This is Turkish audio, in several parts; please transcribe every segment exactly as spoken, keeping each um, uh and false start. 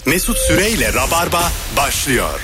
Mesut Süreyle Rabarba başlıyor.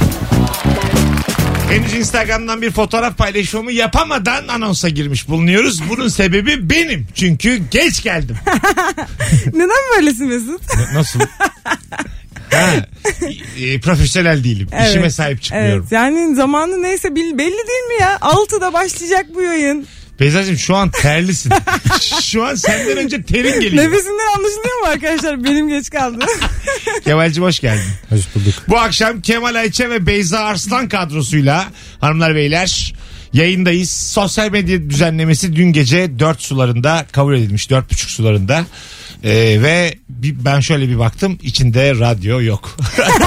Henüz Instagram'dan bir fotoğraf paylaşımı yapamadan anonsa girmiş bulunuyoruz. Bunun sebebi benim. Çünkü geç geldim. Neden böylesin Mesut? Nasıl? Ha, e, profesyonel değilim. Evet, İşime sahip çıkmıyorum. Evet, yani zamanı neyse belli değil mi ya? altıda başlayacak bu yayın. Beyzacığım şu an terlisin. Şu an senden önce terin geliyor. Nefesinden anlaşılıyor mu arkadaşlar? Benim geç kaldı. Kemal'cim hoş geldin. Hoş bulduk. Bu akşam Kemal Ayça ve Beyza Arslan kadrosuyla hanımlar beyler yayındayız. Sosyal medya düzenlemesi dün gece dört sularında kabul edilmiş. dört buçuk sularında. Ee, ve bir, ben şöyle bir baktım, içinde radyo yok.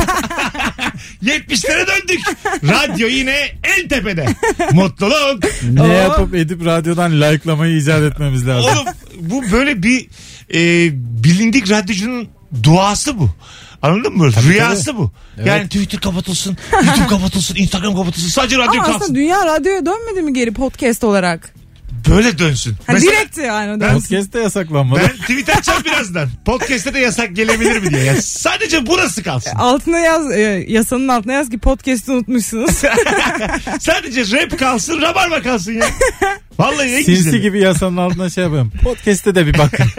yetmişlere döndük. Radyo yine en tepede. Mutluluk. Ne Oo. yapıp edip radyodan like'lamayı icat etmemiz lazım. Oğlum bu böyle bir e, bilindik radyocunun duası bu. Anladın mı? Tabii, Rüyası tabii. bu. Evet. Yani Twitter kapatılsın, YouTube kapatılsın, Instagram kapatılsın. Sadece radyo Ama kalsın. aslında dünya radyoya dönmedi mi geri podcast olarak? Böyle dönsün. Ha, Mesela direkt yani o ben- dönsün. Podcast de yasaklanmadı. ben tweet açacağım birazdan. Podcast'te de yasak gelebilir mi diye. Ya sadece burası kalsın. Altına yaz, e, yasanın altına yaz ki podcast'ı unutmuşsunuz. Sadece rap kalsın, rabarba kalsın ya. Vallahi en Sinsi güzeli. gibi yasanın altına şey yapıyorum. Podcast'te de bir bakın.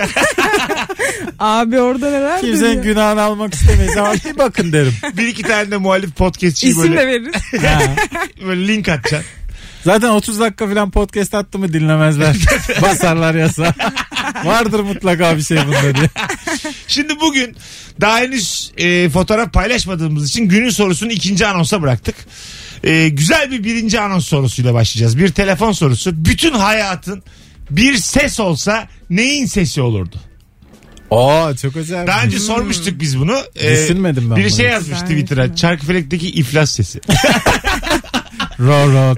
Abi orada neler Kimsenin dönüyor? günahını almak istemeyiz ama bir bakın derim. Bir iki tane de muhalif podcastçiyi İsim böyle, de veririz. Ha. böyle link atacaksın. Zaten otuz dakika falan podcast attı mı dinlemezler. Basarlar yasa. Vardır mutlaka bir şey bunda diye. Şimdi bugün daha henüz e, fotoğraf paylaşmadığımız için günün sorusunu ikinci anonsa bıraktık. E, güzel bir birinci anons sorusuyla başlayacağız. Bir telefon sorusu. Bütün hayatın bir ses olsa neyin sesi olurdu? Oo çok özel. Daha önce sormuştuk biz bunu. E, Düşünmedim ben Biri bunu. şey yazmış Güzel, Twitter'a. güzel. Çarkıfelek'teki iflas sesi. Ro ro.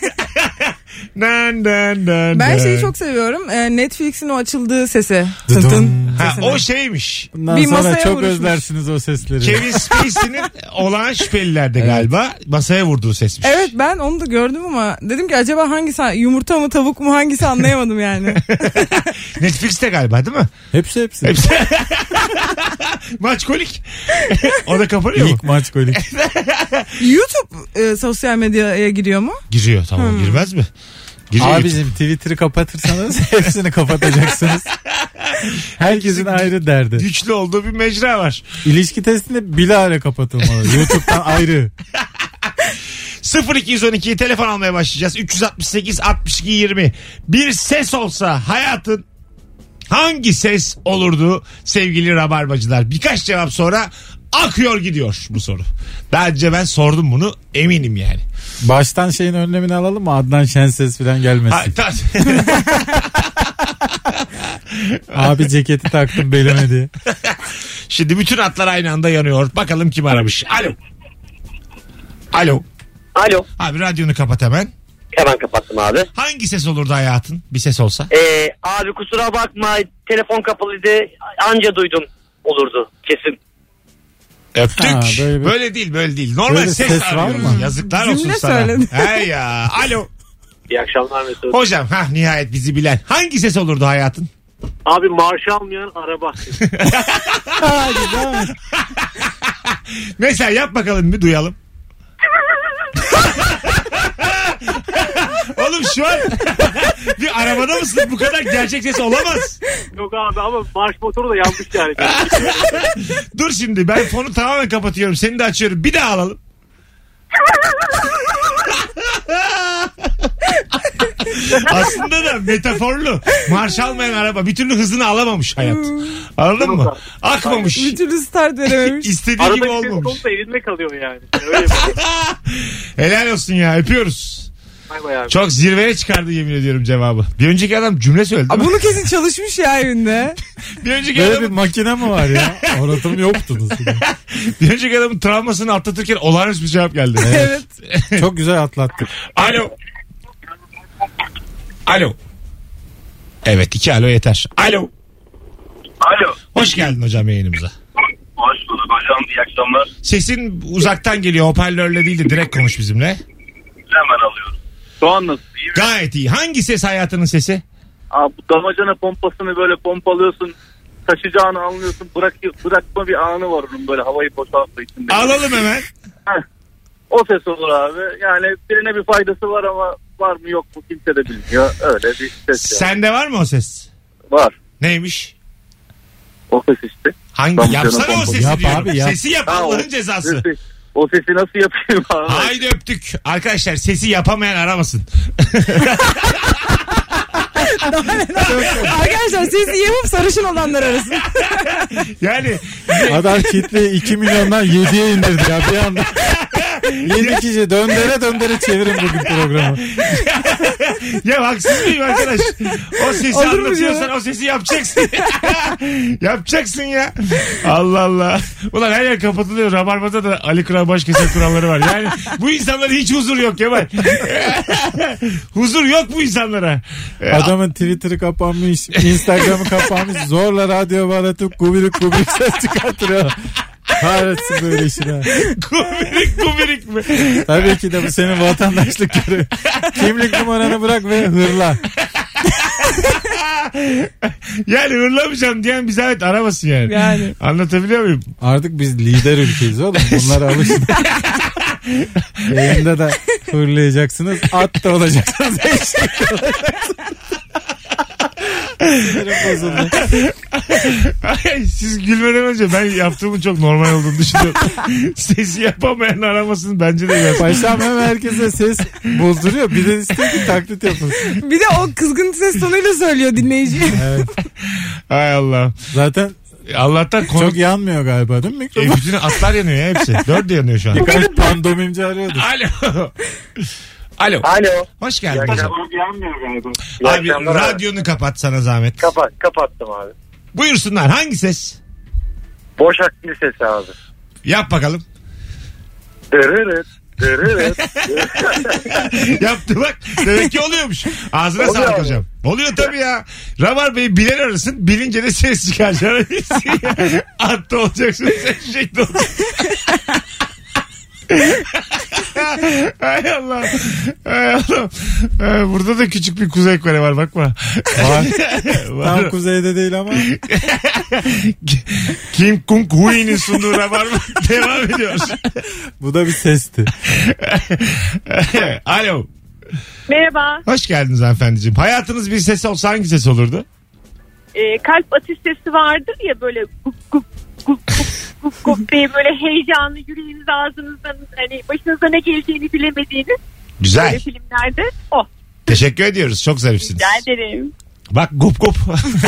Nan, nan, nan, Ben nan. şeyi çok seviyorum. E, Netflix'in o açıldığı sesi. Dıdım. Tın tın Ha, sesini. o şeymiş. Bundan Bir sonra masaya çok vuruşmuş. özlersiniz o sesleri. Kevin Spacey'nin Olağan Şüpheliler'de galiba masaya vurduğu sesmiş. Evet, ben onu da gördüm ama dedim ki acaba hangisi, yumurta mı tavuk mu, hangisi anlayamadım yani. Netflix'te galiba değil mi? Hepsi hepsi. Hepsi. Maçkolik. O da kapanıyor mu? İlk maç kolik. YouTube e, sosyal medyaya giriyor mu? Giriyor, tamam, girmez mi? Giriyor YouTube. Abicim Twitter'ı kapatırsanız hepsini kapatacaksınız. Herkesin ayrı derdi. Güçlü olduğu bir mecra var. İlişki testinde bilahare kapatılmalı. YouTube'dan ayrı. sıfır iki on iki telefon almaya başlayacağız. üç altı sekiz altmış iki yirmi. Bir ses olsa hayatın hangi ses olurdu sevgili rabarbacılar? Birkaç cevap sonra akıyor gidiyor bu soru. Daha önce ben sordum bunu, eminim yani. Baştan şeyin önlemini alalım mı? Adnan Şenses falan gelmesin. Ha, ta- Abi ceketi taktım belime diye. Şimdi bütün hatlar aynı anda yanıyor. Bakalım kim aramış. Alo. Alo. Alo. Abi radyonu kapat hemen. Hemen kapattım abi. Hangi ses olurdu hayatın? Bir ses olsa. Ee, abi kusura bakma, telefon kapalıydı, anca duydum olurdu kesin. Öptük. Ha, böyle, böyle bir- değil böyle değil. Normal Böyle ses, ses var arıyoruz. mı? Yazıklar Cümle olsun sana. söyledin. He ya. Alo. İyi akşamlar Mesut. Hocam ha nihayet bizi bilen. Hangi ses olurdu hayatın? Abi marş almayan araba. Ha, güzel. Mesela yap bakalım bir duyalım. Oğlum şu an bir arabada mısın? Bu kadar gerçek ses olamaz. Yok abi ama marş motoru da yanlış yani. Dur şimdi ben fonu tamamen kapatıyorum. Seni de açıyorum. Bir daha alalım. Aslında da metaforlu. Marş almayan araba bir türlü hızını alamamış hayat. Anladın mı? Akmamış. Bir türlü start verememiş. İstediği gibi olmamış. da elinde kalıyor yani. Öyle bir şey. Helal olsun ya, öpüyoruz. Bay bay abi. Çok zirveye çıkardı yemin ediyorum cevabı. Bir önceki adam cümle söyledi Aa, değil mi? bunu kesin çalışmış ya evinde. Bir önceki Böyle bir adamın, makine mi var ya? Orlatım yoktu. bir önceki adamın travmasını atlatırken olağanüstü bir cevap geldi. Evet. Çok güzel atlattık. Alo. Alo. Evet, iki alo yeter. Alo. Alo. Hoş geldin hocam yayınımıza. Hoş bulduk hocam. İyi akşamlar. Sesin uzaktan geliyor, hoparlörle değil de direkt konuş bizimle. Hemen alıyorum. Şu an nasıl? İyi mi? Gayet iyi. Hangi ses hayatının sesi? Abi, bu damacana pompasını böyle pompalıyorsun. taşıyacağını anlıyorsun. Bırak, bırakma bir anı var onun, böyle havayı boşaltma içinde. Alalım hemen. Heh. O ses olur abi. Yani birine bir faydası var ama var mı yok mu kimse de bilmiyor. Öyle bir ses yani. Sende var mı o ses? Var. Neymiş? O ses işte. Hangi? Tamam, Yapsana canım, o sesi yap diyorum. abi, yap. Sesi yap, Ha, Allah'ın o- cezası. Sesi, o sesi nasıl yapayım abi? Haydi öptük. Arkadaşlar sesi yapamayan aramasın. Arkadaşlar siz yapıp sarışın olanlar arasın. Yani Adam kitle iki milyondan yediye indirdi ya bir anda. yedi kişi döndere döndere çevirin bugün programı. ya haksız mıyım arkadaş? O sesi Olur mu anlatıyorsan ya? o sesi yapacaksın. yapacaksın ya. Allah Allah. Ulan her yer kapatılıyor. Rabarba'da da Ali Kral Başkeser kuralları var. Yani bu insanlara hiç huzur yok Kemal. huzur yok bu insanlara. Adamın Twitter'ı kapanmış, Instagram'ı kapanmış, zorla radyo bağlatıp kubirik kubirik ses çıkartıyor. Kahretsin böyle işine. Kubirik kubirik mi? Tabii ki de bu senin vatandaşlık görevi. Kimlik numaranı bırak ve hırla. Yani hırlamayacağım diyen bir zahmet aramasın yani. Yani. Anlatabiliyor muyum? Artık biz lider ülkeyiz oğlum. Bunlara alışın. Yayında da hırlayacaksınız. At da olacaksınız. Eşek de olacaksınız. Sinirim bozuldu. Ay, siz gülmeden önce ben yaptığımın çok normal olduğunu düşünüyorum. Sesi yapamayan aramasın bence de yapsın. Paşam hem herkese ses bozduruyor. Bir de istiyor ki taklit yapılsın. Bir de o kızgın ses tonuyla söylüyor dinleyici. Evet. Hay Allah. Zaten Allah'tan konu... çok yanmıyor galiba değil mi E, mikrofon? bütün atlar yanıyor ya hepsi. Dört de yanıyor şu an. Birkaç pandomimci arıyordu. Alo. Alo. Alo. Hoş geldin. İyi hocam. İyi Abi akşamlar abi. radyonu kapat sana zahmet. Kapat, kapattım abi. Buyursunlar. Hangi ses? Boş akbil sesi abi. Yap bakalım. Dırırıt. Dırırıt. Yaptı bak. Demek ki oluyormuş. Ağzına Oluyor sağlık abi. hocam. Oluyor tabii ya. Rabar Bey'i bilen arasın. Bilince de ses çıkaracaksın. Atta olacaksın. Eşek de olacaksın. Hay Allah. Hay Allah. Ee, Burada da küçük bir Kuzey Kore var bakma. Var. Var. Tam kuzeyde değil ama. Kim Kung Hui'nin sunduğu Rabarba devam ediyor. Bu da bir sesti. Alo. Merhaba. Hoş geldiniz hanımefendiciğim. Hayatınız bir ses olsa hangi ses olurdu? Ee, kalp atış sesi vardır ya, böyle gup gup gup gup gup gup diye, böyle heyecanlı, yüreğiniz ağzınızdan, hani başınıza ne geleceğini bilemediğiniz Güzel. böyle filmlerde o. Teşekkür ediyoruz. Çok zarifsiniz. Rica ederim. Bak gup gup.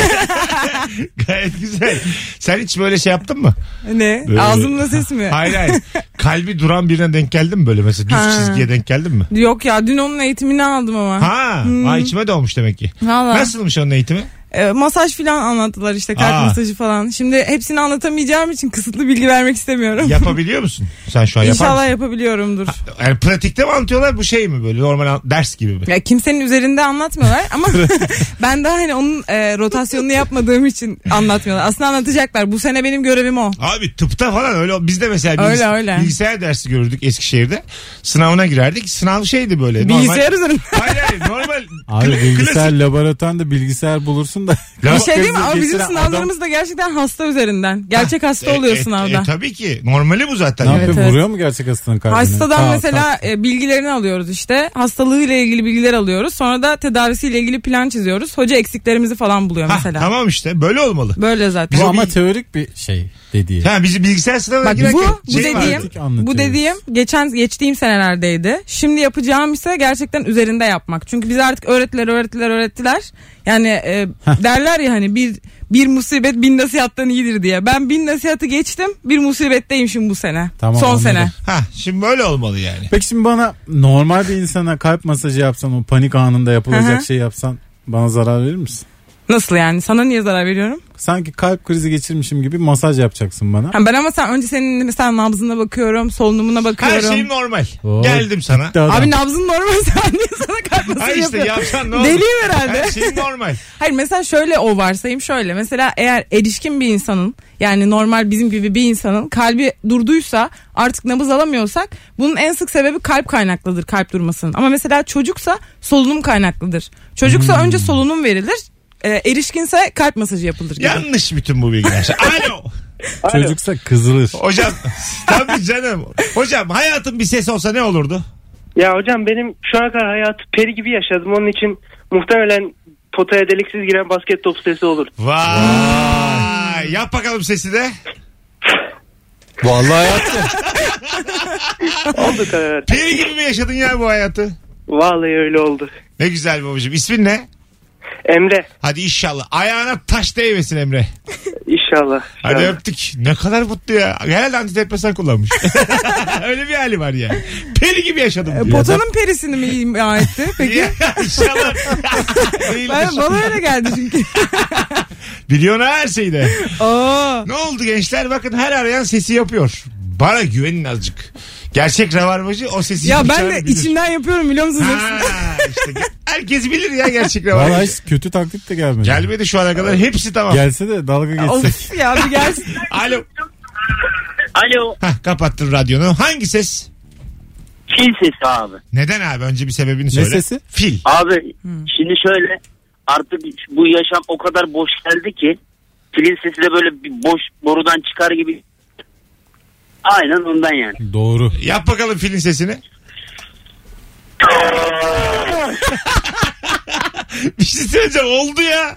Gayet güzel. Sen hiç böyle şey yaptın mı? Ne? Böyle- Ağzımla ses mi? Hayır hayır. Kalbi duran birine denk geldin mi böyle mesela? Düz Ha. çizgiye denk geldin mi? Yok ya, dün onun eğitimini aldım ama. Ha, ha içime doğmuş demek ki. Valla. Nasılmış onun eğitimi? E, masaj filan anlattılar işte, kalp Aa. masajı falan. Şimdi hepsini anlatamayacağım için kısıtlı bilgi vermek istemiyorum. Yapabiliyor musun? Sen şu an yapar İnşallah mısın? yapabiliyorumdur. Yani pratikte mi anlatıyorlar, bu şey mi böyle normal an- ders gibi mi? Ya kimsenin üzerinde anlatmıyorlar ama ben daha hani onun e, rotasyonunu yapmadığım için anlatmıyorlar. Aslında anlatacaklar. Bu sene benim görevim o. Abi tıpta falan öyle. Biz de mesela Öyle, bilgis- öyle. bilgisayar dersi görürdük Eskişehir'de. Sınavına girerdik. Sınav şeydi böyle. Bilgisayar üzerinde. Hayır hayır normal. Abi kla- bilgisayar klasik- laboratuvarında bilgisayar bulursun da. Bir şey değil mi? Ama bizim Getiren sınavlarımız da gerçekten hasta üzerinden. Gerçek hasta E, oluyor e, sınavda. E, tabii ki. Normali bu zaten. Ne Yani. yapıyor? evet. Vuruyor mu gerçek hastanın kalbine? Hastadan Ta- mesela ta- e, bilgilerini alıyoruz işte. Hastalığıyla ilgili bilgiler alıyoruz. Sonra da tedavisiyle ilgili plan çiziyoruz. Hoca eksiklerimizi falan buluyor Ha, mesela. tamam işte böyle olmalı. Böyle zaten. Bu ama teorik bir şey dediği. Ha, bizi bilgisayar sınavına Bak girerken bu bu şey var. dediğim Pratik anlatıyoruz. bu dediğim geçen geçtiğim senelerdeydi. Şimdi yapacağım ise gerçekten üzerinde yapmak. Çünkü bize artık öğrettiler öğrettiler öğrettiler. Yani e, derler ya hani bir bir musibet bin nasihattan iyidir diye. Ben bin nasihatı geçtim. Bir musibetteyim şimdi bu sene. Tamam, Son anladım. sene. Ha, şimdi böyle olmalı yani. Peki şimdi bana normal bir insana kalp masajı yapsan, o panik anında yapılacak Hı hı. şey yapsan bana zarar verir misin? Nasıl yani? Sana niye zarar veriyorum? Sanki kalp krizi geçirmişim gibi masaj yapacaksın bana. Ha, ben ama sen önce senin mesela nabzına bakıyorum, solunumuna Her bakıyorum. şey normal. Oo, Geldim sana. gitti adam. Abi nabzın normal, sen niye sana kalp masajı Ha işte yapıyorsun? yapsan ne olur? Deliyim herhalde. Her şey normal. Hayır mesela şöyle, o varsayım şöyle. Mesela eğer erişkin bir insanın, yani normal bizim gibi bir insanın kalbi durduysa, artık nabız alamıyorsak, bunun en sık sebebi kalp kaynaklıdır, kalp durmasının. Ama mesela çocuksa solunum kaynaklıdır. Çocuksa Hmm. önce solunum verilir. E, erişkinse kalp masajı yapılır gibi. Yanlış bütün bu bilgiler. Alo. Çocuksa kızılır. Hocam tabii canım. Hocam hayatın bir ses olsa ne olurdu? Ya hocam benim şu ana kadar hayatı peri gibi yaşadım. Onun için muhtemelen potaya deliksiz giren basket topu sesi olur. Vay. Vay. Yap bakalım sesi de. Vallahi hayatta. Oldu kadar. Peri gibi mi yaşadın ya bu hayatı? Vallahi öyle oldu. Ne güzel babacığım. İsmin ne? Emre. Hadi inşallah. Ayağına taş değmesin Emre. İnşallah. Hadi İnşallah. öptük. Ne kadar mutlu ya. Herhalde antidepresan kullanmış. Öyle bir hali var yani. Peri gibi yaşadım. E, potanın perisini mi ima etti peki? İnşallah. Ben, bana öyle geldi çünkü. Biliyorsun her şeyi de. Oo. Ne oldu gençler? Bakın her arayan sesi yapıyor. Bana güvenin azıcık. Gerçek rabarbacı o sesi Ya ben yapacağını de bilir. içimden yapıyorum biliyor musunuz? Ha, işte herkes bilir ya gerçek Vallahi rabarbacı. hiç kötü taklit de gelmedi. Gelmedi şu ana kadar. Hepsi tamam. Gelse de dalga geçsek. Of ya bir gelsin. Alo. Alo. Hah, kapattın radyonu. Hangi ses? Fil sesi abi. Neden abi? Önce bir sebebini söyle. Ne sesi? Fil. Abi şimdi şöyle artık bu yaşam o kadar boş geldi ki filin sesi de böyle bir boş borudan çıkar gibi. Aynen ondan yani. Doğru. Yap bakalım filin sesini. Bir şey söyleyeceğim. Oldu ya.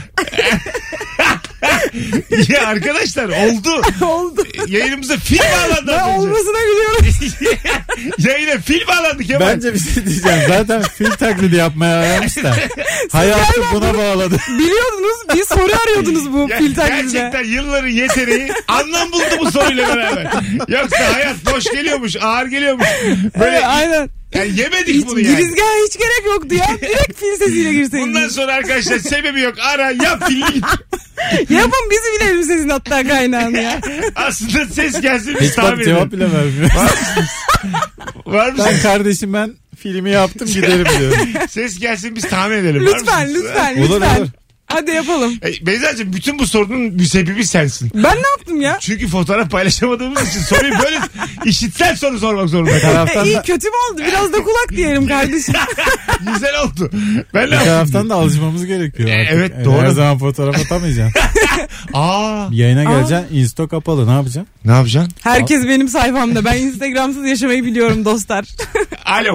Ya arkadaşlar oldu. Oldu. Yayınımıza fil bağlandı. Ben az önce. olmasına gülüyorum. Yayına fil bağlandı Kemal. Bence bir şey diyeceğim. Zaten fil taklidi yapmaya aramış da. Hayatı buna bağladı. Biliyordunuz bir soru arıyordunuz bu Ya, fil taklidine. gerçekten yılların yeteneği anlam buldu bu soruyla beraber. Yoksa hayat boş geliyormuş, ağır geliyormuş. Böyle Evet, aynen. yani yemedik Hiç, bunu yani. girizgaha hiç gerek yoktu ya. Direkt fil sesiyle girseydiniz. Bundan sonra arkadaşlar sebebi yok. Ara yap filli git. Yapın bizi bilelim sesin hatta kaynağını ya. Aslında ses gelsin biz Hiç bak tahmin cevap edelim. bile vermiyor. Var mısın? Ben kardeşim ben filmi yaptım giderim diyorum. Ses gelsin biz tahmin edelim. Var Lütfen mısın? lütfen Olur, lütfen. olur. Hadi yapalım. E, Beyza'cığım bütün bu sorunun müsebbibi sensin. Ben ne yaptım ya? Çünkü fotoğraf paylaşamadığımız için soruyu böyle işitsel soru sormak zorunda kaldım. E, Taraftan iyi da, kötü mü oldu? Biraz da kulak diyelim kardeşim. Güzel oldu. Ben ne bir yaptım? taraftan da alışmamız gerekiyor E, artık. evet, Yani doğru. Her zaman fotoğraf atamayacaksın. Aa, Yayına geleceksin. Insta kapalı. Ne yapacaksın? ne yapacaksın? Herkes benim sayfamda. Ben Instagram'sız yaşamayı biliyorum dostlar. Alo.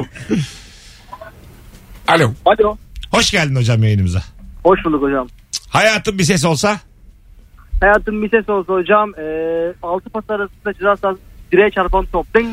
Alo. Alo. Hoş geldin hocam yayınımıza. Hoş bulduk hocam. Hayatın bir ses olsa? Hayatım bir ses olsa hocam e, altı pas arasında ceza sahası direğe çarpan top. Ding.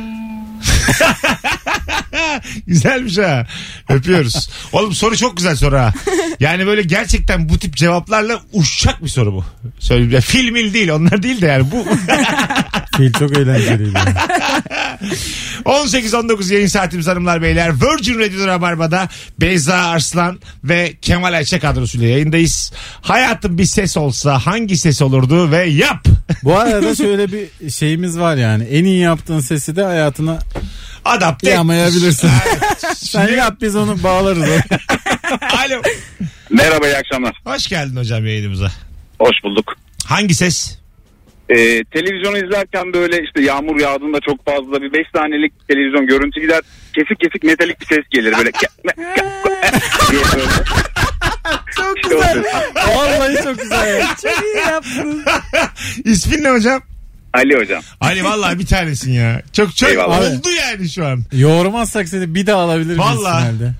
Güzelmiş ha. Öpüyoruz. Oğlum soru çok güzel soru ha. Yani böyle gerçekten bu tip cevaplarla uçacak bir soru bu. Söyleyeyim. Fil mil değil onlar değil de yani bu. Fil çok eğlenceliydi. on sekiz on dokuz yayın saatimiz hanımlar beyler. Virgin Radio Rabarba'da Beyza Arslan ve Kemal Ayça kadrosuyla yayındayız. Hayatın bir ses olsa hangi ses olurdu ve yap. Bu arada şöyle bir şeyimiz var yani. En iyi yaptığın sesi de hayatına Adapte. yamayabilirsin. Evet. Sen yap biz onu bağlarız. Alo. Merhaba, iyi akşamlar. Hoş geldin hocam yayınımıza. Hoş bulduk. Hangi ses? Ee, televizyonu izlerken böyle işte yağmur yağdığında çok fazla bir beş saniyelik televizyon görüntü gider. Kesik kesik metalik bir ses gelir böyle. diye böyle. Çok İşte o güzel. ses. Vallahi çok güzel. Ya. Çok iyi yaptın. İsmin ne hocam? Ali hocam. Ali vallahi bir tanesin ya. Çok çok Eyvallah. oldu yani şu an. Yoğurmazsak seni bir daha alabilir miyiz Vallahi. finalde?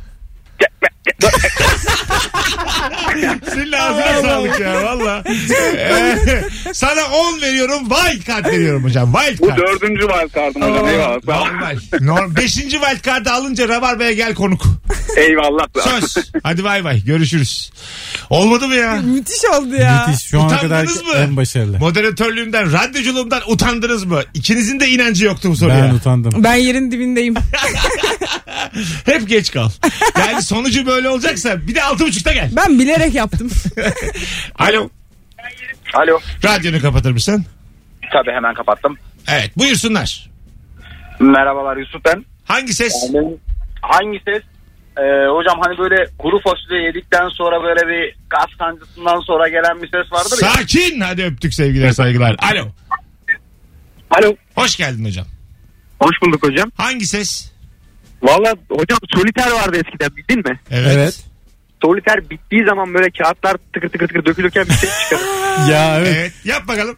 Senin ağzına sağlık ya valla. Ee, sana on veriyorum. Wild card veriyorum hocam. Wild Bu card. dördüncü wildcard'ım hocam, eyvallah. Sağ ol. Normal. Normal. Beşinci wild card'ı alınca Rabarba'ya gel konuk. Eyvallah. Söz. Hadi bay bay. Görüşürüz. Olmadı mı ya? Müthiş oldu ya. Müthiş. Şu ana Utandınız kadar mı? en başarılı. Moderatörlüğümden, radyoculuğumdan utandınız mı? İkinizin de inancı yoktu bu soruya. Ben utandım. Ben yerin dibindeyim. Hep geç kal. Yani sonucu böyle olacaksa bir de altı buçukta gel. Ben bilerek yaptım. Alo. Alo. Radyonu kapatır mısın? Tabii, hemen kapattım. Evet buyursunlar. Merhabalar, Yusuf ben. Hangi ses? Hangi ses? Ee, hocam hani böyle kuru fasulye yedikten sonra böyle bir gaz sancısından sonra gelen bir ses vardır ya. Sakin. Hadi öptük sevgiler saygılar. Alo. Alo. Hoş geldin hocam. Hoş bulduk hocam. Hangi ses? Valla hocam soliter vardı eskiden, bildin mi? Evet. Evet. soliter bittiği zaman böyle kağıtlar tıkır tıkır tıkır dökülürken bir ses çıkarır. Ya evet. Evet yap bakalım.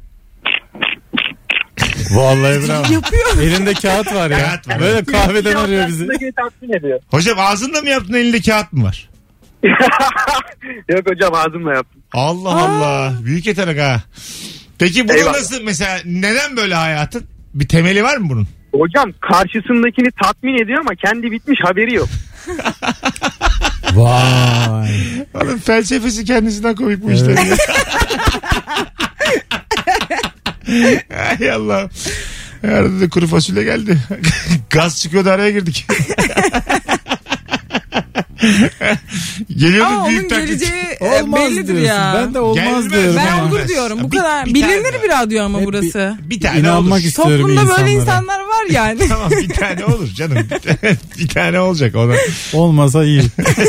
Vallahi bravo. Yapıyor. Elinde kağıt var ya. Kağıt var. Böyle kahveden arıyor bizi. Tatmin ediyor. Hocam ağzında mı yaptın elinde kağıt mı var? Yok hocam ağzımla yaptım. Allah Allah. Büyük yetenek ha. Peki bunu Eyvallah. nasıl mesela neden böyle hayatın? Bir temeli var mı bunun? Hocam karşısındakini tatmin ediyor ama kendi bitmiş haberi yok. Vay. Oğlum felsefesi kendisinden komik bu işlerin. Evet. Ay Allah'ım. Arada da kuru fasulye geldi. Gaz çıkıyordu araya girdik. Geliyorduk Ama onun büyük taklit. geleceği e, Olmaz bellidir diyorsun. ya. Ben de olmaz Gelmez. diyorum. Ben Gelmez. olur diyorum. Bu Bir- kadar bir bilinir tane. bir radyo ama Hep burası. Bir tane İnanmak olur. istiyorum Toplumda insanlara. böyle insanlar var yani. Tamam bir tane olur canım. Bir tane, bir tane olacak ona. Olmasa iyi.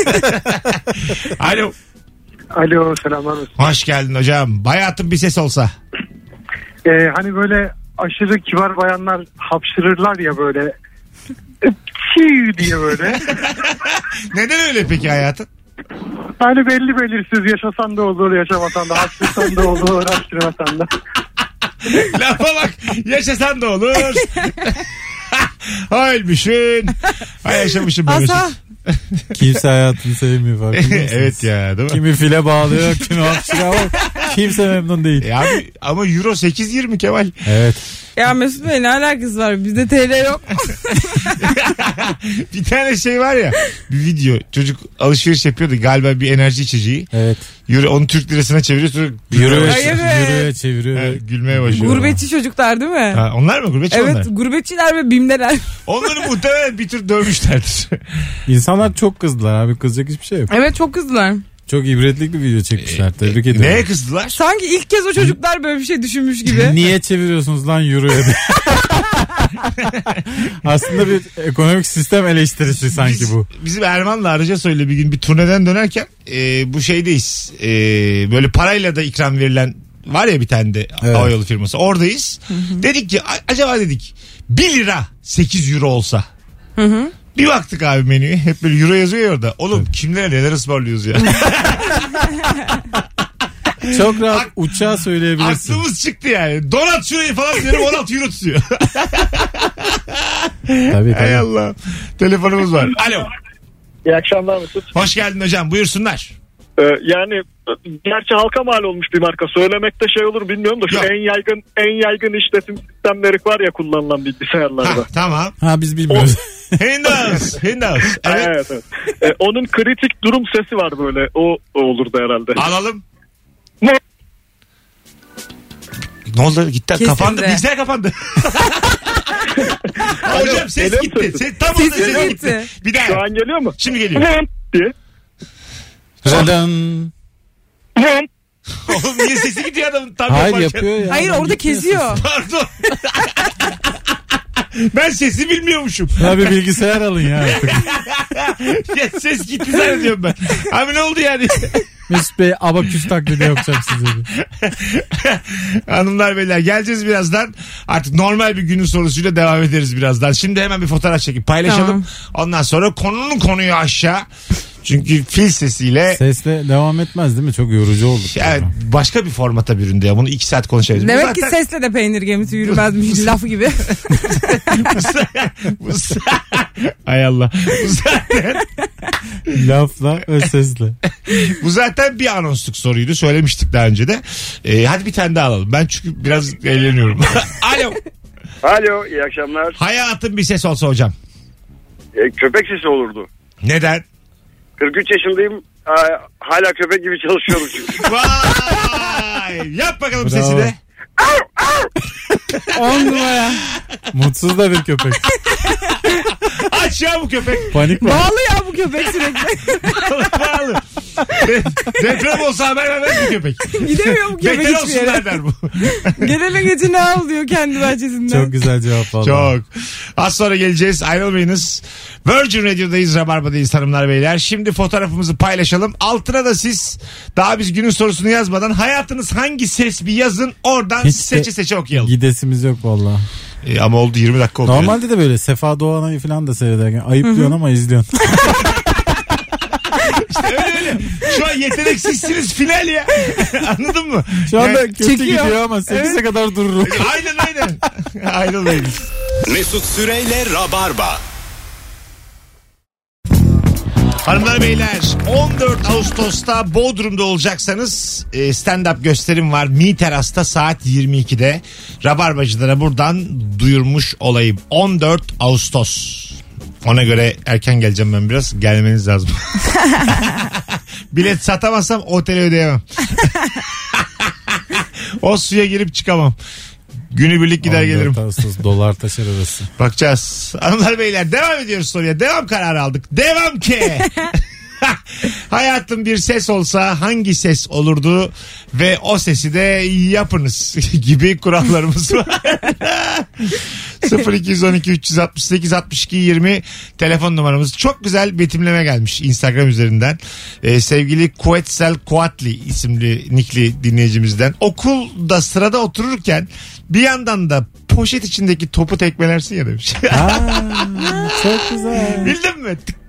Alo. Alo selamlar olsun. Hoş geldin hocam. Hayatın bir ses olsa. Ee, hani böyle aşırı kibar bayanlar hapşırırlar ya böyle. Çiğ diye böyle. Neden öyle peki hayatın? Hani belli belirsiz yaşasan da olur yaşamasan da hapşırsan da olur hapşırmasan da. Lafa bak. Yaşasan da olur. Ha ölmüşsün. Ha yaşamışım böyle. Asa. Kimse hayatını sevmiyor farkında mısınız? Evet ya değil mi? Kimi file bağlıyor, kimi hapşırıyor ama kimse memnun değil. E abi, ama euro sekiz yirmi Kemal. Evet. Ya Mesut Bey ne alakası var? Bizde T L yok. Bir tane şey var ya. Bir video. Çocuk alışveriş yapıyordu. Galiba bir enerji içeceği. Evet. Euro, onu Türk lirasına çeviriyor. Sonra Euro'ya, Hayır. Euro'ya çeviriyor. Ha, gülmeye başlıyor. Gurbetçi çocuklar değil mi? Ha, onlar mı gurbetçi Evet onlar? gurbetçiler ve bimdeler. Onları muhtemelen bir tür dövmüşlerdir. İnsanlar çok kızdılar abi. Kızacak hiçbir şey yok. Evet çok kızdılar. Çok ibretlik bir video çekmişler. Tebrik ediyorum. Neye kızdılar? Sanki ilk kez o çocuklar böyle bir şey düşünmüş gibi. Niye çeviriyorsunuz lan Euro'ya diye. Aslında bir ekonomik sistem eleştirisi sanki Biz- bu. Bizim Erman'la Arıca söyle bir gün bir turneden dönerken e, bu şeydeyiz. E, böyle parayla da ikram verilen var ya bir tane de Evet. havayolu firması. Oradayız. Dedik ki a- acaba dedik bir lira sekiz euro olsa. Hı hı. Bir baktık abi menüye. Hep böyle euro yazıyor ya orada. Oğlum kimlere neler ısmarlıyoruz ya. Çok rahat Ak- uçağa söyleyebilirsin. Aklımız çıktı yani. Donat şurayı falan diyorum on altı euro tutuyor. Tabii Hay tabii. Allah. Telefonumuz var. Alo. İyi akşamlar Mesut. Hoş geldin hocam. Buyursunlar. Ee, yani gerçi halka mal olmuş bir marka. Söylemekte şey olur bilmiyorum da şu Yok. en yaygın en yaygın işletim sistemleri var ya kullanılan bilgisayarlarda. Ha, tamam. Ha biz bilmiyoruz. Windows. Windows. Evet. Evet. evet. Ee, onun kritik durum sesi var böyle. O, o olurdu herhalde. Alalım. Ne? Ne oldu? Gitti. Kesildi. Kapandı. Bilgisayar kapandı. Hocam ses geliyor mu gitti. sesin? Ses, tam orada Sesi ses gitti. gitti. Bir daha. Şu an geliyor mu? Şimdi geliyor. Ne? diye. Radan. Ne? Oğlum niye sesi gidiyor adamın tam Hayır yaparken? yapıyor ya. Hayır Adam orada gitmiyor kesiyor. Pardon. Ben sesi bilmiyormuşum. sesi. Ya bir bilgisayar alın ya artık. Ya ses gitti zannediyorum ben. Abi ne oldu yani? Mesut Bey abaküs taklidi yapacağım size. Hanımlar beyler geleceğiz birazdan. Artık normal bir günün sorusuyla devam ederiz birazdan. Şimdi hemen bir fotoğraf çekip paylaşalım. Tamam. Ondan sonra konunun konuyu aşağı. Çünkü fil sesiyle Sesle devam etmez değil mi? Çok yorucu oldu. yani başka bir formata büründü ya. Bunu iki saat konuşabiliriz. Bu Demek ki zaten- sesle de peynir gemisi yürümezmiş lafı gibi. bu zaten- bu zaten- Hay Allah. Bu zaten, Lafla ve sesle. bu zaten bir anonsluk soruydu. Söylemiştik daha önce de. Ee, hadi bir tane daha alalım. Ben çünkü biraz eğleniyorum. Alo. Alo, iyi akşamlar. Hayatın bir ses olsa hocam. E, köpek sesi olurdu. Neden? kırk üç yaşındayım. e, hala köpek gibi çalışıyorum çünkü. Vay! Yap bakalım Bravo. sesini. On numara. Mutsuz da bir köpek. Aç ya bu köpek. Panik var. Bağlı ya bu köpek sürekli. Bağlı. De- Deprem olsa haber vermez bu köpek. Gidemiyor bu köpek Beter hiçbir yere. olsunlar der bu. Gelene geçe ne avlıyor kendi bahçesinden. Çok güzel cevap valla. Çok. Az sonra geleceğiz. Ayrılmayınız. Virgin Radio'dayız. Rabarba'dayız hanımlar beyler. Şimdi fotoğrafımızı paylaşalım. Altına da siz daha biz günün sorusunu yazmadan hayatınız hangi ses bir yazın. Oradan Hiç de seçe seçe okuyalım. Gidesimiz yok valla. E, ama oldu yirmi dakika oldu. Normalde de böyle Sefa Doğan'ı falan da seyrederken ayıp diyorsun ama izliyorsun. İşte öyle Şu an yeteneksizsiniz final ya. Anladın mı? Şu anda Yani kötü çekiyor. gidiyor ama sekize Evet. kadar dururum. aynen aynen. Ayrılmayınız. Mesut Süreyle Rabarba. Hanımlar beyler on dört Ağustos'ta Bodrum'da olacaksanız e, stand-up gösterim var. Mi Teras'ta saat yirmi ikide. Rabarbacılara buradan duyurmuş olayım. on dört Ağustos. Ona göre erken geleceğim ben biraz. Gelmeniz lazım. Bilet satamazsam oteli ödeyemem. O suya girip çıkamam. Günübirlik gider gelirim. Ağustos, dolar taşır arası. Bakacağız. Hanımlar beyler devam ediyoruz soruya. Devam kararı aldık. Devam ki. Hayatım bir ses olsa hangi ses olurdu ve o sesi de yapınız gibi kurallarımız var. sıfır iki on iki üç altı sekiz altmış iki yirmi telefon numaramız. Çok güzel betimleme gelmiş Instagram üzerinden. Ee, sevgili Kuetsel Kuatli isimli nikli dinleyicimizden. Okulda sırada otururken bir yandan da poşet içindeki topu tekmelersin ya demiş. Aa, çok güzel. Bildin mi? Tık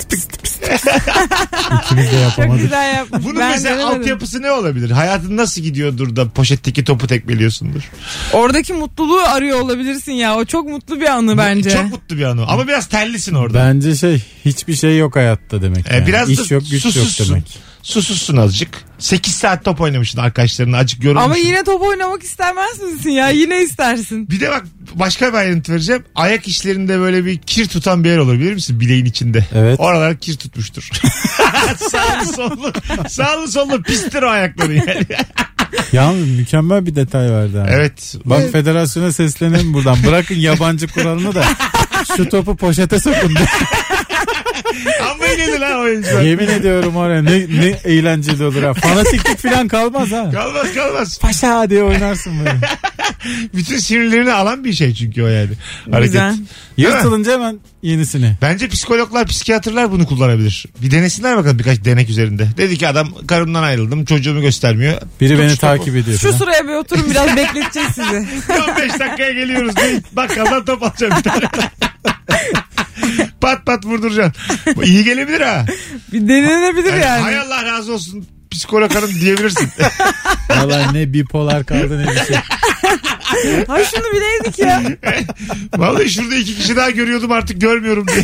İkimiz de Çok yapamadık. güzel yapmış. Bunun Ben mesela denemedim. altyapısı ne olabilir? Hayatın nasıl gidiyordur da poşetteki topu tekmeliyorsundur? Oradaki mutluluğu arıyor olabilirsin ya. O çok mutlu bir anı bence. Çok mutlu bir anı. Ama biraz terlisin orada. Bence şey hiçbir şey yok hayatta demek. Ee, Yani. biraz İş da yok güç yok susuzsun. demek. Susuzsun azıcık. sekiz saat top oynamışsın arkadaşlarına. Acık yorulmuşsun. Ama yine top oynamak istemez misin ya? Yine istersin. Bir de bak başka bir ayrıntı vereceğim. Ayak işlerinde böyle bir kir tutan bir yer olur bilir misin? Bileğin içinde. Evet. Oralar kir tutmuştur. sağlı sollu. Sağlı sollu pistir o ayakları yani. Yalnız mükemmel bir detay verdi. Abi. Evet. Bak federasyona seslenelim buradan. Bırakın yabancı kuralını da şu topu poşete sokun. Amma eğlenir lan oyuncular. Yemin ediyorum oraya ne, ne eğlenceli olur ha. Fanatiklik falan kalmaz ha. Kalmaz kalmaz. Paşa diye oynarsın böyle. Bütün sinirlerini alan bir şey çünkü o yani. Hareket. Güzel. Yırtılınca hemen yenisini. Bence psikologlar, psikiyatrlar bunu kullanabilir. Bir denesinler bakalım birkaç denek üzerinde. Dedi ki adam karımdan ayrıldım, çocuğumu göstermiyor. Biri Tut beni şu takip topu. ediyor. Şu falan. sıraya bir oturun biraz bekleteceğiz sizi. on beş dakikaya geliyoruz. Bak kazan top alacağım bir tane. Pat pat vurduracaksın. Bu İyi gelebilir ha. Bir denenebilir Yani, yani. hay Allah razı olsun psikolog hanım diyebilirsin. Vallahi ne bipolar kaldı ne bir şey. Hay şunu bileydik ya. Vallahi şurada iki kişi daha görüyordum artık görmüyorum diye.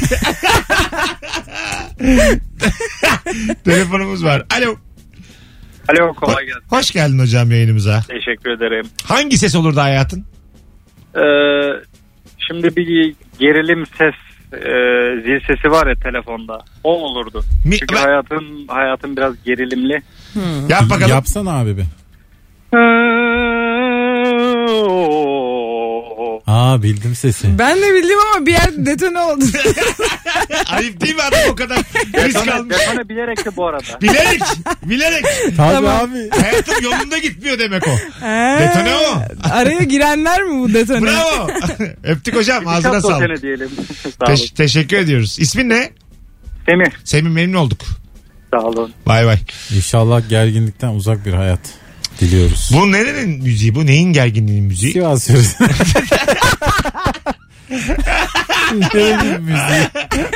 Telefonumuz var. Alo. Alo kolay gelsin. Hoş geldin hocam yayınımıza. Teşekkür ederim. Hangi ses olurdu hayatın? Ee, şimdi bir gerilim ses e, zil sesi var ya telefonda. O olurdu. Mi- Çünkü ben- hayatın hayatın biraz gerilimli. Yap bakalım. Yapsana abi bir. Aa bildim sesi. Ben de bildim ama bir yerde detone oldu. Ayıp değil mi adam o kadar risk almış. Detone bilerek de bu arada. Bilerek. Bilerek. Tabii Tamam. abi. Hayatım yolunda gitmiyor demek o. He. Detone o. Araya girenler mi bu detone? Bravo. Öptük hocam ağzına Şap sağlık. dosene diyelim. Sağ olun. Teş- teşekkür ediyoruz. İsmin ne? Semih. Semih memnun olduk. Sağ olun. Bay bay. İnşallah gerginlikten uzak bir hayat diliyoruz. Bu nerenin müziği bu? Neyin gerginliğinin müziği? Sivas yöresi. Nerenin müziği?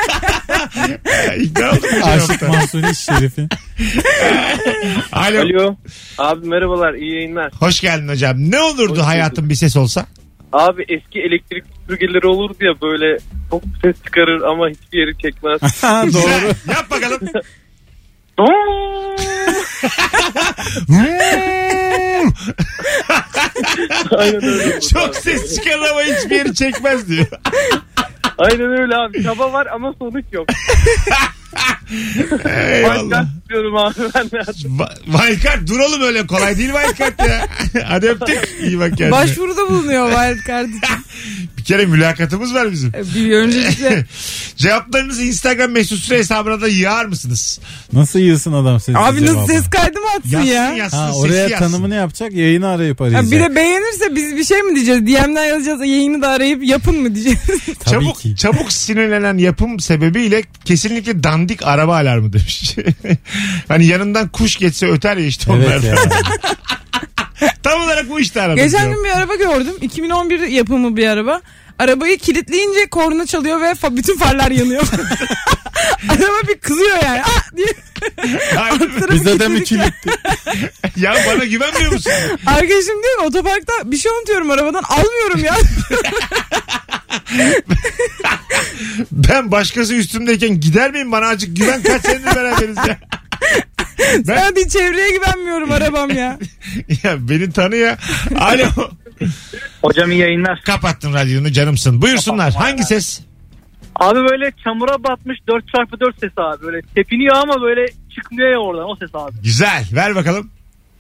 İkna oldum bu Aşık cevaptan. Mansuni Şerif'in. Alo. Alo. Abi merhabalar, iyi yayınlar. Hoş geldin hocam. Ne olurdu Hoş hayatın bir ses olsa? Abi eski elektrik süpürgeleri olurdu ya, böyle çok ses çıkarır ama hiçbir yeri çekmez. Ha, doğru. Güzel. Yap bakalım. Aynen öyle. Çok ses çıkarır ama hiçbir yeri çekmez diyor. Aynen öyle abi. Çaba var ama sonuç yok. Eyvallah. Başkan istiyorum abi ben de. Va- Wildcard dur oğlum öyle kolay değil wildcard ya. Hadi öptük. İyi bak kendine. Başvuruda bulunuyor wildcard için. Bir kere mülakatımız var bizim. Bir öncelikle. Cevaplarınızı Instagram mesut süre hesabına da yığar mısınız? Nasıl yığsın adam sesi Abi nasıl cevabı? ses kaydı mı atsın Yazsın ya? yazsın Ha, sesi oraya yazsın. tanımını yapacak, yayını arayıp Ha, arayacak. bir de beğenirse biz bir şey mi diyeceğiz? D M'den yazacağız, yayını da arayıp yapın mı diyeceğiz? Tabii Çabuk, ki. çabuk sinirlenen yapım sebebiyle kesinlikle dandik araba alarmı demiş. Hani yanından kuş geçse öter ya işte onlar. Evet ya. Tam olarak bu işte araba. Geçen gün bir araba gördüm. iki bin on bir yapımı bir araba. Arabayı kilitleyince korna çalıyor ve fa- bütün farlar yanıyor. Araba bir kızıyor yani. Ah diye. Bize de mi kilitti? Ya bana güvenmiyor musun? Arkadaşım diyor ki otoparkta bir şey unutuyorum arabadan almıyorum ya. Ben başkası üstümdeyken gider miyim? Bana azıcık güven, kaç senedir beraberiz ya. Ben... Hadi çevreye güvenmiyorum arabam ya. Ya beni tanı ya. Alo. Hocam iyi yayınlar. Kapattın radyonu, canımsın. Buyursunlar. Hangi ses? Abi böyle çamura batmış dört çarpı dört sesi abi. Böyle tepiniyor ama böyle çıkmıyor ya oradan o ses abi. Güzel. Ver bakalım.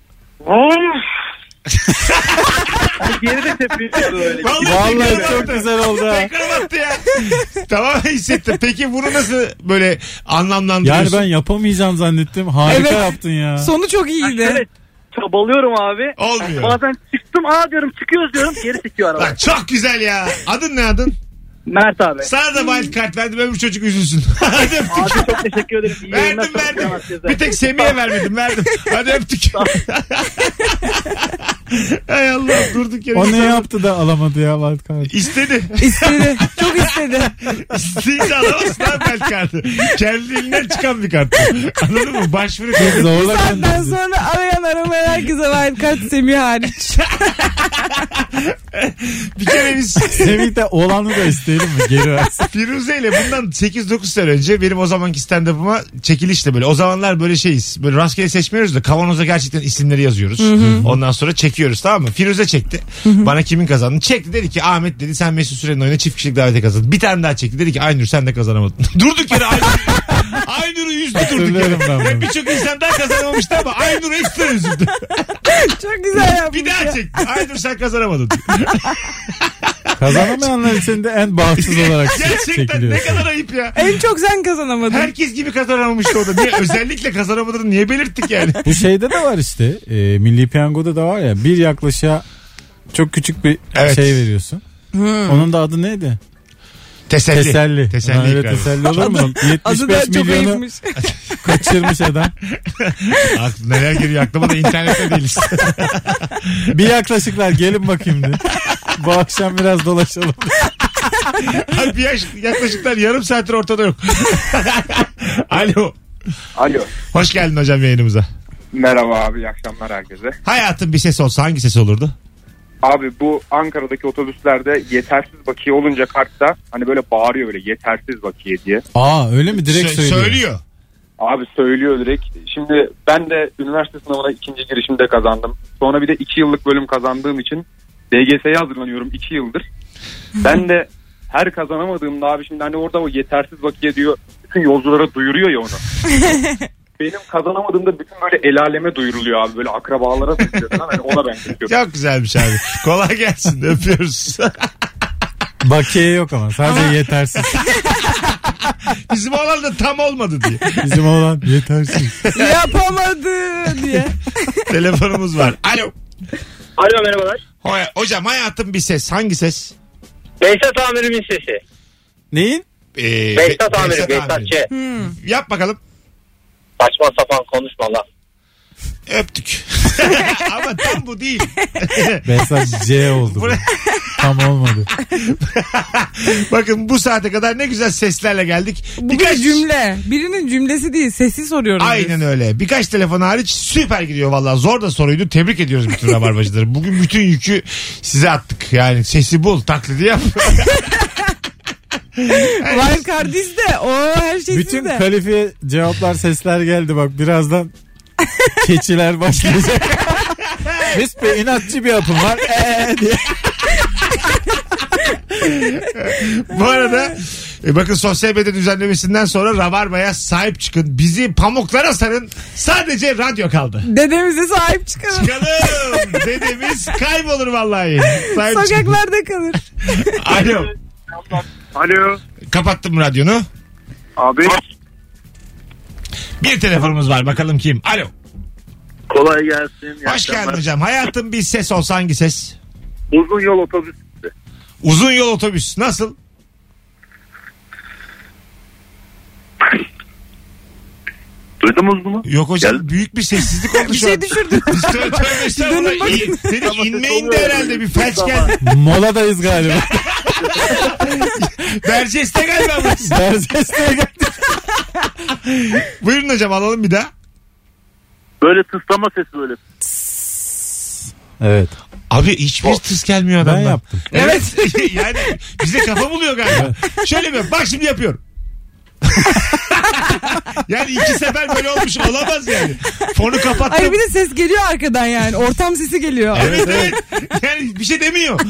Yani geri de tepiniyor böyle. Vallahi, Vallahi çok güzel oldu ha. Tekrar battı ya. Tamam, hissettim. Peki bunu nasıl böyle anlamlandırıyorsun? Yani ben yapamayacağım zannettim. Harika Evet. yaptın ya. Sonu çok iyiydi. Evet. Çabalıyorum abi. Olmuyor. Bazen çıktım aa diyorum çıkıyoruz diyorum geri çekiyor araba. Lan çok güzel ya. Adın ne adın? Mert abi. Sana da wild card verdim, öbür çocuk üzülsün. Hadi öptük. Abi çok teşekkür ederim. İyi Verdim verdim. Bir tek Semih'e vermedim, verdim. Hadi öptük. Hay Allah, durduk yere. O ne yaptı da alamadı ya wild card? İstedi. İstedi. Çok istedi. İsteyince alamazsın lan wild card'ı. Kendiliğinden çıkan bir kart. Anladın mı? Başvuru. Zorla Senden gönderdi. sonra arayan aramaya herkese wild card Semih hariç. Bir kere biz Semih de olanı da isteyelim mi? Geri versin. Firuze ile bundan sekiz dokuz sene önce benim o zamanki stand-up'ıma çekilişte böyle. O zamanlar böyle şeyiz. Böyle rastgele seçmiyoruz da kavanoza gerçekten isimleri yazıyoruz. Hı hı. Ondan sonra çekiyoruz, tamam mı? Firuze çekti. Hı hı. Bana kimin kazandığını çekti. Dedi ki Ahmet dedi sen Mesut Süren'in oyuna çift kişilik davete kazandın. Bir tane daha çekti. Dedi ki Aynur sen de kazanamadın. Durduk yere Aynur. Aynur'u yüzdü durduk yere. Ve birçok insan daha kazanamamıştı ama Aynur ekstra üzüldü. Çok güzel yapmış. Bir daha çekti. Aynur sen kazanamadın. Kazanamayanlar için de en bağımsız olarak Gerçekten çekiliyor. ne kadar ayıp ya. En çok sen kazanamadın. Herkes gibi kazanamamıştı o da. Niye? Özellikle kazanamadığını niye belirttik yani? Bu şeyde de var işte. E, Milli Piyango'da da var ya. Bir yaklaşa çok küçük bir Evet. şey veriyorsun. Hmm. Onun da adı neydi? Teselli. Teselli. Teselli. Ha, evet, ikram. teselli olur mu? Adı da yetmiş beş çok milyonu ayıpmış. kaçırmış adam. Aklı neler geliyor aklıma da internette değiliz. Bir yaklaşıklar gelin bakayım diye. Bu akşam biraz dolaşalım. Abi bir yaş, yaklaşıklar yarım saattir ortada yok. Alo. Alo. Hoş geldin hocam yayınımıza. Merhaba abi, iyi akşamlar herkese. Hayatın bir ses olsa hangi ses olurdu? Abi bu Ankara'daki otobüslerde yetersiz bakiye olunca kartta hani böyle bağırıyor böyle yetersiz bakiye diye. Aa öyle mi? Direkt Sö- söylüyor. söylüyor. Abi söylüyor direkt. Şimdi ben de üniversite sınavına ikinci girişimde kazandım. Sonra bir de iki yıllık bölüm kazandığım için D G S'ye hazırlanıyorum iki yıldır. Ben de her kazanamadığımda abi şimdi hani orada o yetersiz bakiye diyor. Bütün yolculara duyuruyor ya onu. Benim kazanamadığımda bütün böyle el aleme duyuruluyor abi. Böyle akrabalara duyuruyor. Hani ona benzetiyorum. Çok güzelmiş abi. Kolay gelsin. Öpüyoruz. Bakiye yok ama sadece yetersiz. Bizim oğlan da tam olmadı diye. Bizim olan yetersiz. Yapamadı diye. Telefonumuz var. Alo. Alo merhabalar. Ho- Hocam hayatın bir ses. Hangi ses? Behzat amirimin sesi. Neyin? Ee, Behzat Be- amirim, Behzat Behzat amirim. Ç. Hmm. Yap bakalım. Saçma sapan konuşma lan. Öptük. Ama tam bu değil. Behzat C oldu bu. Tam olmadı. Bakın bu saate kadar ne güzel seslerle geldik. Bu Birkaç bir cümle. Birinin cümlesi değil. Sesi soruyoruz. Aynen biz. öyle. Birkaç telefon hariç süper gidiyor vallahi. Zor da soruydu. Tebrik ediyoruz bütün rabarbacıları. Bugün bütün yükü size attık. Yani sesi bul, taklidi yap. Wild Card'is de o her şey Bütün sizde. kalifiye cevaplar sesler geldi bak birazdan keçiler başlayacak. Mesut Bey inatçı bir yapım var. Eee diye. Bu arada e, bakın sosyal medya düzenlemesinden sonra Rabarba'ya sahip çıkın. Bizi pamuklara sarın. Sadece radyo kaldı. Dedemize sahip çıkalım. Çıkalım. Dedemiz kaybolur vallahi. Sahip çıkın. Sokaklarda kalır. Alo. Alo. Kapattım radyonu. Abi. Bir telefonumuz var. Bakalım kim? Alo. Kolay gelsin. Hoş geldin hocam. Hayatın bir ses olsa hangi ses? Uzun yol otobüs. Uzun yol otobüs. Nasıl? Duydunuz mu? Yok hocam büyük bir sessizlik oldu Bir şu şey an. düşürdün. Biz tövbe tövbe estağfurullah. Dönün bakın. İyi. Senin inmeyin de herhalde bir felç geldi. Moladayız galiba. Berceste galiba burası. Dersesliğe geldik. Buyurun hocam, alalım bir daha. Böyle tıslama sesi böyle. Evet. Abi hiçbir tıs gelmiyor adamdan. Ben yaptım. Evet. Yani bize kafa buluyor galiba. Şöyle mi? Bak şimdi yapıyorum. Yani iki sefer böyle olmuş olamaz yani. Fonu kapattım. Ay bir de ses geliyor arkadan yani. Ortam sesi geliyor. Evet evet. Yani bir şey demiyor.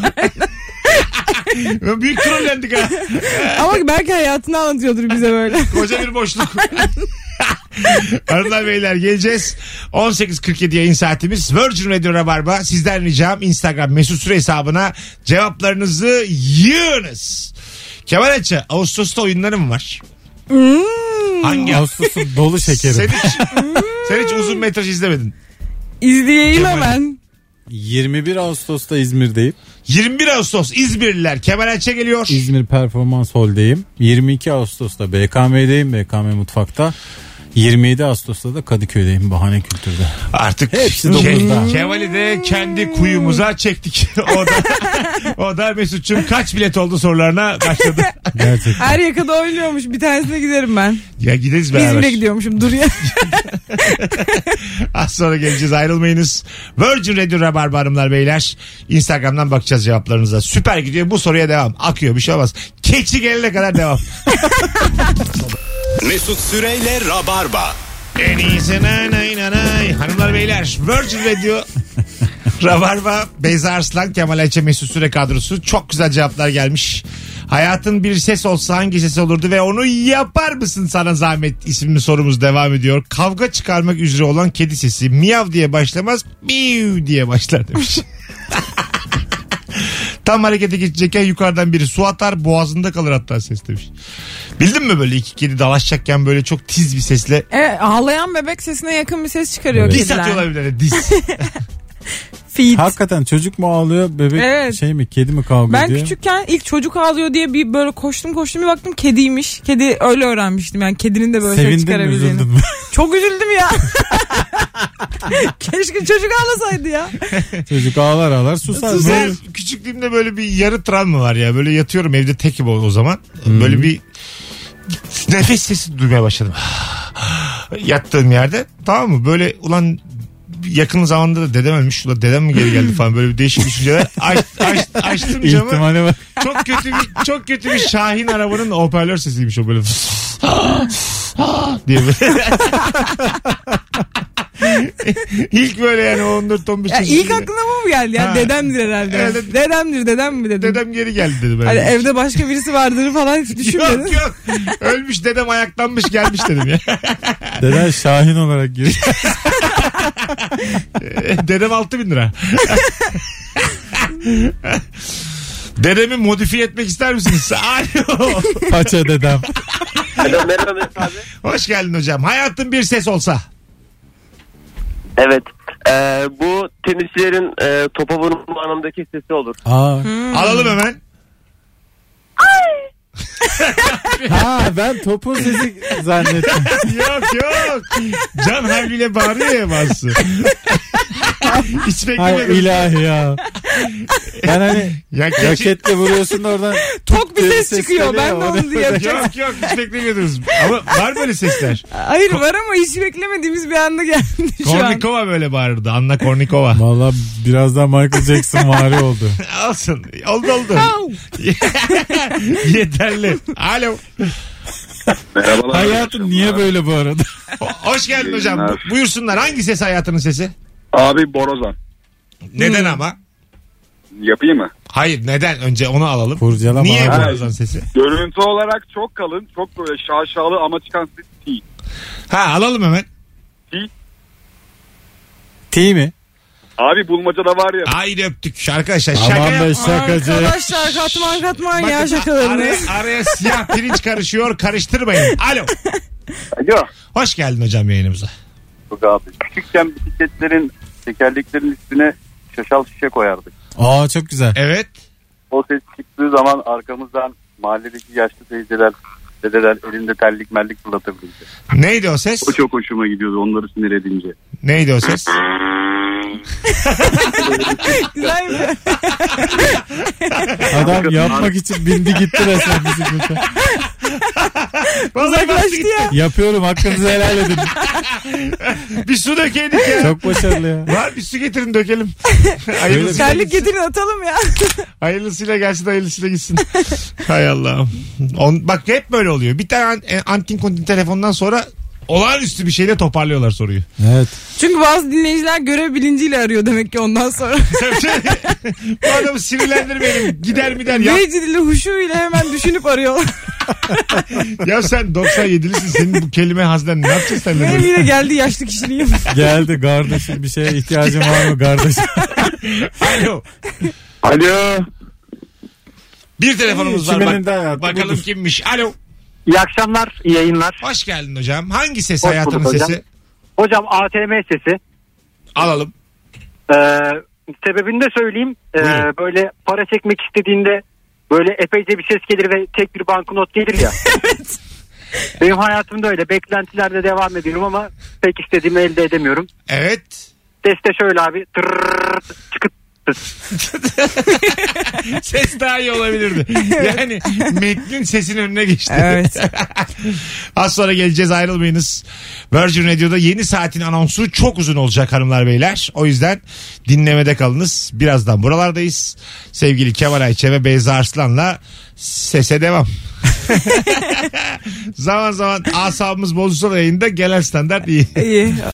Büyük trollendik ha. Ama belki hayatını anlatıyordur bize böyle. Koca bir boşluk. Hanımlar beyler, geleceğiz. on sekiz kırk yedi yayın saatimiz. Virgin Radio Rabarba. Sizden ricam Instagram mesut süre hesabına cevaplarınızı yığınız. Kemal Ayça, Ağustos'ta oyunları mı var? Hmm. Hangi? Ağustos'un dolu şekeri. Sen hiç, sen hiç uzun metraj izlemedin. İzleyeyim Kemal. hemen. yirmi bir Ağustos'ta İzmir'deyim. yirmi bir Ağustos İzmirliler. Kemal Ayça geliyor. İzmir Performans Hall'deyim. yirmi iki Ağustos'ta B K M'deyim. B K M Mutfak'ta. yirmi yedi Ağustos'ta da Kadıköy'deyim. Bahane Kültür'de. Artık hepsi Ke- dokuzda. Kemal'i de kendi kuyumuza çektik. O da, o da Mesut'cum kaç bilet oldu sorularına başladı. Gerçekten. Her yakada oynuyormuş. Bir tanesine giderim ben. Ya gideriz beraber. İzmir'e gidiyormuşum. Dur ya. Az sonra geleceğiz, ayrılmayınız. Virgin Radio Rabarba hanımlar beyler. Instagram'dan bakacağız cevaplarınıza. Süper gidiyor, bu soruya devam. Akıyor, bir şey olmaz. Keçi gelene kadar devam. Mesut Süreyle Rabarba. En iyisi nay nay nay nay. Hanımlar beyler, Virgin Radio Rabarba, Beyza Arslan, Kemal Ayça, Mesut Süre kadrosu. Çok güzel cevaplar gelmiş. Hayatın bir ses olsa hangi ses olurdu ve onu yapar mısın sana zahmet isimli sorumuz devam ediyor. Kavga çıkarmak üzere olan kedi sesi miyav diye başlamaz, miu diye başlar demiş. Tam harekete geçecekken yukarıdan biri su atar, boğazında kalır hatta ses demiş. Bildin mi böyle iki kedi dalaşacakken böyle çok tiz bir sesle. Evet, ağlayan bebek sesine yakın bir ses çıkarıyor Evet. Diz kediler. atıyorlar birbirlerine, diz. Feed. Hakikaten çocuk mu ağlıyor, bebek Evet. şey mi, kedi mi kavga Ben ediyor? küçükken ilk çocuk ağlıyor diye bir böyle koştum koştum bir baktım kediymiş. Kedi öyle öğrenmiştim yani kedinin de böyle ses Sevindin mi, çıkarabildiğini. üzüldün mü? Çok üzüldüm ya. Keşke çocuk ağlasaydı ya. Çocuk ağlar ağlar susar. Ben küçüklüğümde böyle bir yarı travma var ya. Böyle yatıyorum evde tekim o, o zaman. Hmm. Böyle bir nefes sesi duymaya başladım. Yattığım yerde, tamam mı? Böyle ulan yakın zamanda da dedem ölmüş. Ulan dedem mi geri geldi falan, böyle bir değişik düşünceler. Aç, aç, açtım camı. İhtimali var. Çok kötü bir çok kötü bir Şahin arabanın hoparlör sesiymiş o, böyle diye böyle. İlk böyle yani on dört on beş Ya ilk aklıma bu mu geldi ya? Ha. Dedemdir herhalde. Evet. Dedemdir dedem mi dedim. Dedem geri geldi dedim. Hani Yani. evde başka birisi vardır falan hiç düşünmedim. Yok yok. Ölmüş dedem ayaklanmış gelmiş dedim ya. Deden Şahin olarak giriyor. Dedem altı bin lira. Dedemi modifiye etmek ister misiniz? Alo. Paça dedem. Alo merhaba Mesut abi. Hoş geldin hocam. Hayatın bir ses olsa. Evet. Ee, bu tenisçilerin e, topa vurma anındaki sesi olur. Aa. Hmm. Alalım hemen. Ha, ben topun sesi zannettim. Yok yok. Can havliyle bağırıyor ya bazısı. Hiç Hay beklemedim. ilahi ya. Ben hani Ya keçi- raketle vuruyorsun da oradan Tok bir diye ses çıkıyor. geliyor, Ben de o onu diye yapacağım. Yok yok hiç beklemiyordunuz. Ama var böyle sesler. Hayır var ama hiç beklemediğimiz bir anda geldi şu an. Kornikova böyle bağırırdı. Anna Kornikova. Valla birazdan Michael Jackson vari oldu. Alsın. Oldu oldu. Yeterli. Alo. Merhabalar. Hayatın niye böyle bu arada? Ho- Hoş geldin hocam. yayınlar. Bu- Buyursunlar. Hangi ses hayatının sesi? Abi borazan. Neden ama? Yapayım mı? Hayır neden? Önce onu alalım. Kurcalama Niye abi. borazan sesi? Görüntü olarak çok kalın, çok böyle şaşalı ama çıkan ses değil. Ha alalım hemen. T mi? Abi bulmacada var ya. Haydi öptük. Arkadaşlar şaka Aman be yap. şakacı. Arkadaşlar katman katman ya Bakın, şakalarını. araya, araya siyah pirinç karışıyor. Karıştırmayın. Alo. Alo. Hoş geldin hocam yayınımıza. Bak abi. Küçükken bisikletlerin tekerleklerin üstüne şaşal şişe koyardık. Aa çok güzel. Evet. O ses çıktığı zaman arkamızdan mahalledeki yaşlı teyzeler, dedeler elinde terlik mellik fırlatırdı bize. Neydi o ses? O çok hoşuma gidiyordu onları sinir edince. Neydi o ses? Güzel mi? Adam yapmak için bindi gitti resmen bisiklete. Vallahi bastı gitti. ya. Yapıyorum, hakkınızı helal edin. Bir su dökeydik ya. Çok başarılı ya. Var, bir su getirin dökelim. Terlik getirin atalım ya. Hayırlısıyla gelsin, hayırlısıyla gitsin. Hay Allah'ım. On, bak hep böyle oluyor. Bir tane antin kontin telefondan sonra olağanüstü bir şeyle toparlıyorlar soruyu. Evet. Çünkü bazı dinleyiciler görev bilinciyle arıyor demek ki ondan sonra. Bu adamı sinirlendirmeyelim. Gider mi der. Vecdili huşuyla hemen düşünüp arıyorlar. Ya sen doksan yedilisin. Senin bu kelime haznen ne yapacaksın sen? Benim yine geldi yaşlı kişiliğim. Geldi kardeşim, bir şeye ihtiyacın var mı kardeşim? Alo. Alo. Bir telefonumuz var. Kimin Bak, bakalım budur. Kimmiş. Alo. İyi akşamlar, iyi yayınlar. Hoş geldin hocam. Hangi ses Hoş hayatının bulduk hocam. sesi? Hocam A T M sesi. Alalım. Ee, sebebini de söyleyeyim. Ee, böyle para çekmek istediğinde böyle epeyce bir ses gelir ve tek bir banknot gelir ya. Evet. Benim hayatımda öyle. Beklentilerde devam ediyorum ama pek istediğimi elde edemiyorum. Evet. Ses de şöyle abi. Tırrrr, çıkıt. Ses daha iyi olabilirdi. Yani metnin sesin önüne geçti. Evet. Az sonra geleceğiz, ayrılmayınız. Virgin Radio'da yeni saatin anonsu çok uzun olacak hanımlar beyler. O yüzden dinlemede kalınız. Birazdan buralardayız. Sevgili Kemal Ayça ve Beyza Arslan'la sese devam. Zaman zaman asabımız bozulsa da yayında gelen standart iyi. İyi.